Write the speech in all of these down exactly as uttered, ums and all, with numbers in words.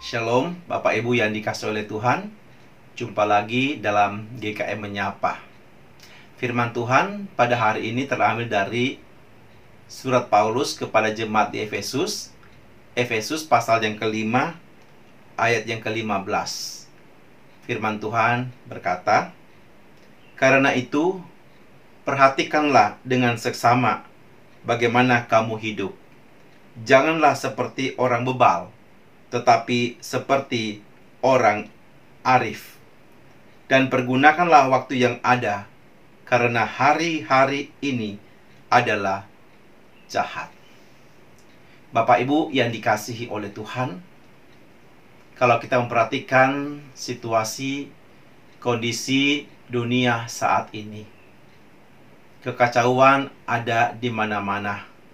Shalom, Bapak Ibu yang dikasihi oleh Tuhan. Jumpa lagi dalam G K M Menyapa. Firman Tuhan pada hari ini terambil dari surat Paulus kepada jemaat di Efesus. Efesus pasal yang kelima, ayat yang kelima belas. Firman Tuhan berkata, "Karena itu, perhatikanlah dengan seksama bagaimana kamu hidup. Janganlah seperti orang bebal, tetapi seperti orang arif. Dan pergunakanlah waktu yang ada, karena hari-hari ini adalah jahat." Bapak Ibu yang dikasihi oleh Tuhan, kalau kita memperhatikan situasi, kondisi dunia saat ini, kekacauan ada di mana-mana.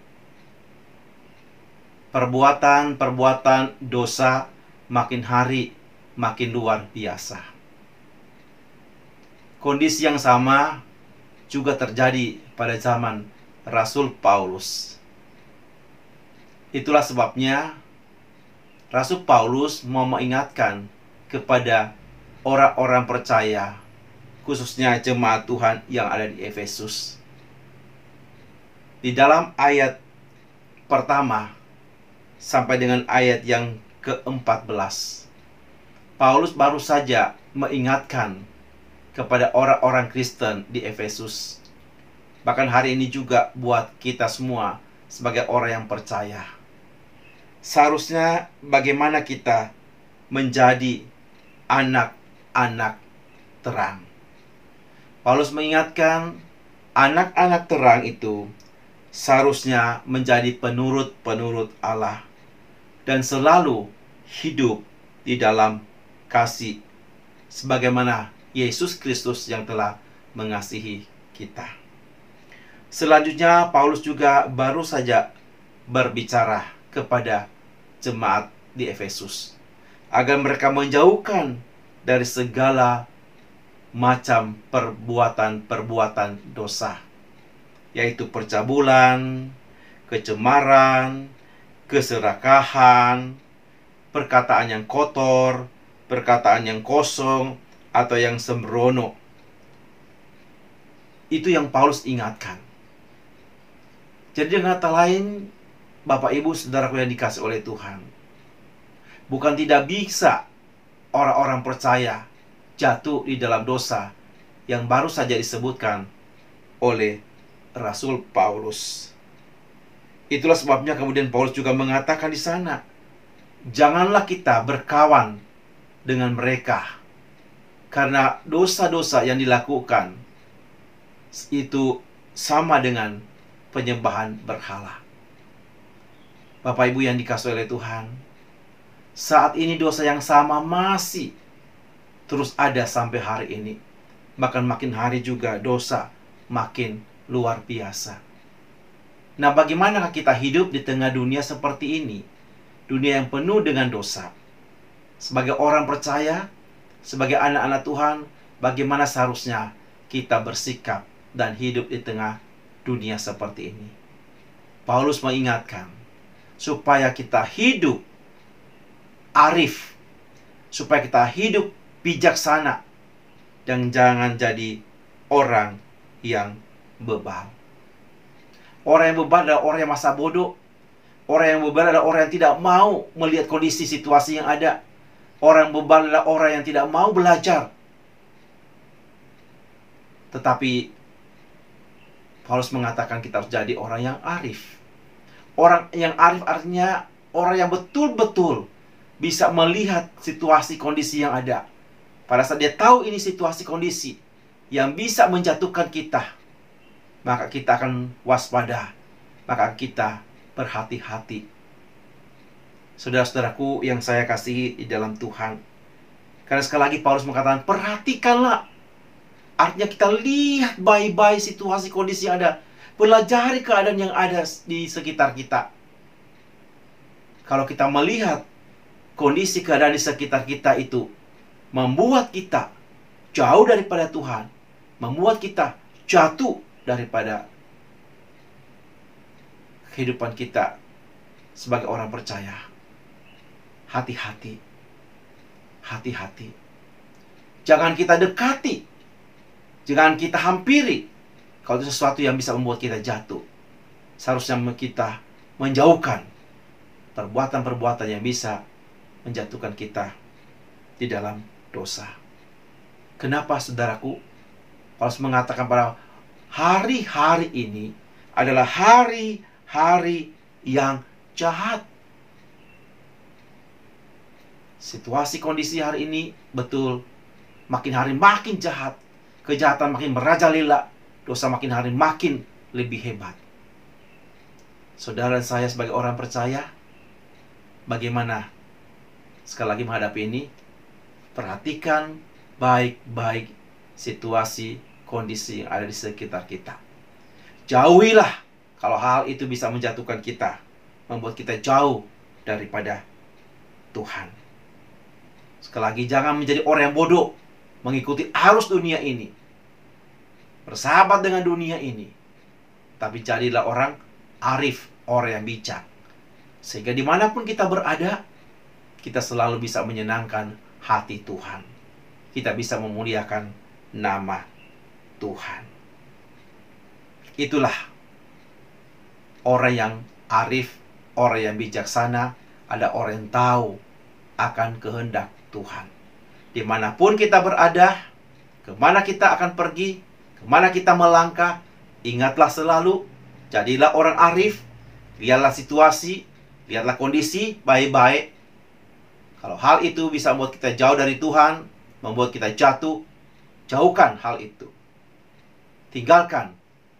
Perbuatan-perbuatan dosa makin hari makin luar biasa. Kondisi yang sama juga terjadi pada zaman Rasul Paulus. Itulah sebabnya Rasul Paulus mau mengingatkan kepada orang-orang percaya, khususnya jemaat Tuhan yang ada di Efesus. Di dalam ayat pertama sampai dengan ayat yang keempat belas, Paulus baru saja mengingatkan kepada orang-orang Kristen di Efesus. Bahkan hari ini juga buat kita semua sebagai orang yang percaya. Seharusnya bagaimana kita menjadi anak-anak terang. Paulus mengingatkan anak-anak terang itu seharusnya menjadi penurut-penurut Allah dan selalu hidup di dalam kasih sebagaimana Yesus Kristus yang telah mengasihi kita. Selanjutnya Paulus juga baru saja berbicara kepada jemaat di Efesus agar mereka menjauhkan dari segala macam perbuatan-perbuatan dosa, yaitu percabulan, kecemaran, keserakahan, perkataan yang kotor, perkataan yang kosong, atau yang sembrono. Itu yang Paulus ingatkan. Jadi dengan kata lain, Bapak Ibu Saudaraku yang dikasihi oleh Tuhan, bukan tidak bisa orang-orang percaya jatuh di dalam dosa yang baru saja disebutkan oleh Rasul Paulus. Itulah sebabnya kemudian Paulus juga mengatakan di sana, janganlah kita berkawan dengan mereka, karena dosa-dosa yang dilakukan itu sama dengan penyembahan berhala. Bapak Ibu yang dikasihi oleh Tuhan, saat ini dosa yang sama masih terus ada sampai hari ini. Bahkan makin hari juga dosa makin luar biasa. Nah, bagaimana kita hidup di tengah dunia seperti ini? Dunia yang penuh dengan dosa. Sebagai orang percaya, sebagai anak-anak Tuhan, bagaimana seharusnya kita bersikap dan hidup di tengah dunia seperti ini? Paulus mengingatkan supaya kita hidup arif, supaya kita hidup bijaksana, dan jangan jadi orang yang bebal. Orang yang bebal adalah orang yang masa bodoh. Orang yang bebal adalah orang yang tidak mau melihat kondisi situasi yang ada. Orang yang bebal adalah orang yang tidak mau belajar. Tetapi Paulus mengatakan kita harus jadi orang yang arif. Orang yang arif artinya orang yang betul-betul bisa melihat situasi kondisi yang ada. Pada saat dia tahu ini situasi kondisi yang bisa menjatuhkan kita, maka kita akan waspada, maka kita berhati-hati. Saudara-saudaraku yang saya kasihi di dalam Tuhan, karena sekali lagi Paulus mengatakan perhatikanlah. Artinya kita lihat baik-baik situasi kondisi yang ada, pelajari keadaan yang ada di sekitar kita. Kalau kita melihat kondisi keadaan di sekitar kita itu membuat kita jauh daripada Tuhan, membuat kita jatuh daripada kehidupan kita sebagai orang percaya, hati-hati. hati-hati. Jangan kita dekati, jangan kita hampiri kalau itu sesuatu yang bisa membuat kita jatuh. Seharusnya kita menjauhkan perbuatan-perbuatan yang bisa menjatuhkan kita di dalam dosa. Kenapa saudaraku? Paulus mengatakan pada hari-hari ini adalah hari-hari yang jahat. Situasi kondisi hari ini betul makin hari makin jahat. Kejahatan makin merajalela, dosa makin hari makin lebih hebat. Saudara dan saya sebagai orang percaya, bagaimana sekali lagi menghadapi ini? Perhatikan baik-baik situasi, kondisi yang ada di sekitar kita. Jauhilah kalau hal itu bisa menjatuhkan kita, membuat kita jauh daripada Tuhan. Sekali lagi, jangan menjadi orang yang bodoh, mengikuti arus dunia ini, bersahabat dengan dunia ini. Tapi jadilah orang arif, orang yang bijak. Sehingga dimanapun kita berada, kita selalu bisa menyenangkan hati Tuhan. Kita bisa memuliakan nama Tuhan. Itulah orang yang arif, orang yang bijaksana, ada orang yang tahu akan kehendak Tuhan. Dimanapun kita berada, kemana kita akan pergi, kemana kita melangkah, ingatlah selalu, jadilah orang arif, lihatlah situasi, lihatlah kondisi baik-baik. Kalau hal itu bisa membuat kita jauh dari Tuhan, membuat kita jatuh, jauhkan hal itu. Tinggalkan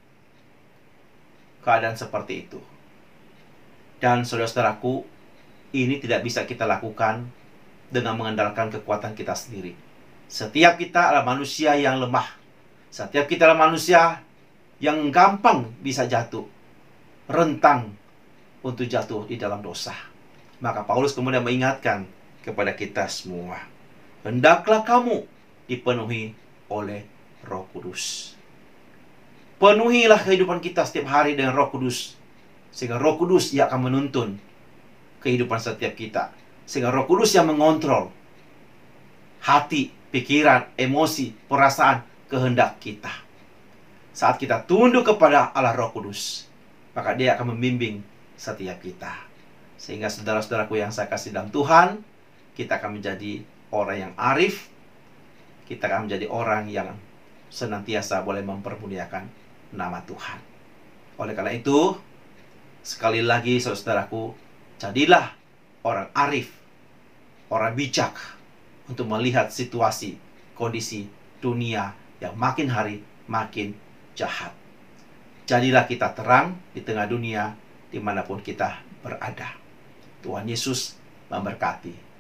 keadaan seperti itu. Dan saudara-saudaraku, ini tidak bisa kita lakukan dengan mengandalkan kekuatan kita sendiri. Setiap kita adalah manusia yang lemah. Setiap kita adalah manusia yang gampang bisa jatuh, rentang untuk jatuh di dalam dosa. Maka Paulus kemudian mengingatkan kepada kita semua, hendaklah kamu dipenuhi oleh Roh Kudus. Penuhilah kehidupan kita setiap hari dengan Roh Kudus, sehingga Roh Kudus yang akan menuntun kehidupan setiap kita. Sehingga Roh Kudus yang mengontrol hati, pikiran, emosi, perasaan, kehendak kita. Saat kita tunduk kepada Allah Roh Kudus, maka Dia akan membimbing setiap kita. Sehingga saudara-saudaraku yang saya kasih dalam Tuhan, kita akan menjadi orang yang arif, kita akan menjadi orang yang senantiasa boleh mempermuliakan nama Tuhan. Oleh karena itu, sekali lagi saudaraku, jadilah orang arif, orang bijak untuk melihat situasi, kondisi dunia yang makin hari makin jahat. Jadilah kita terang di tengah dunia dimanapun kita berada. Tuhan Yesus memberkati.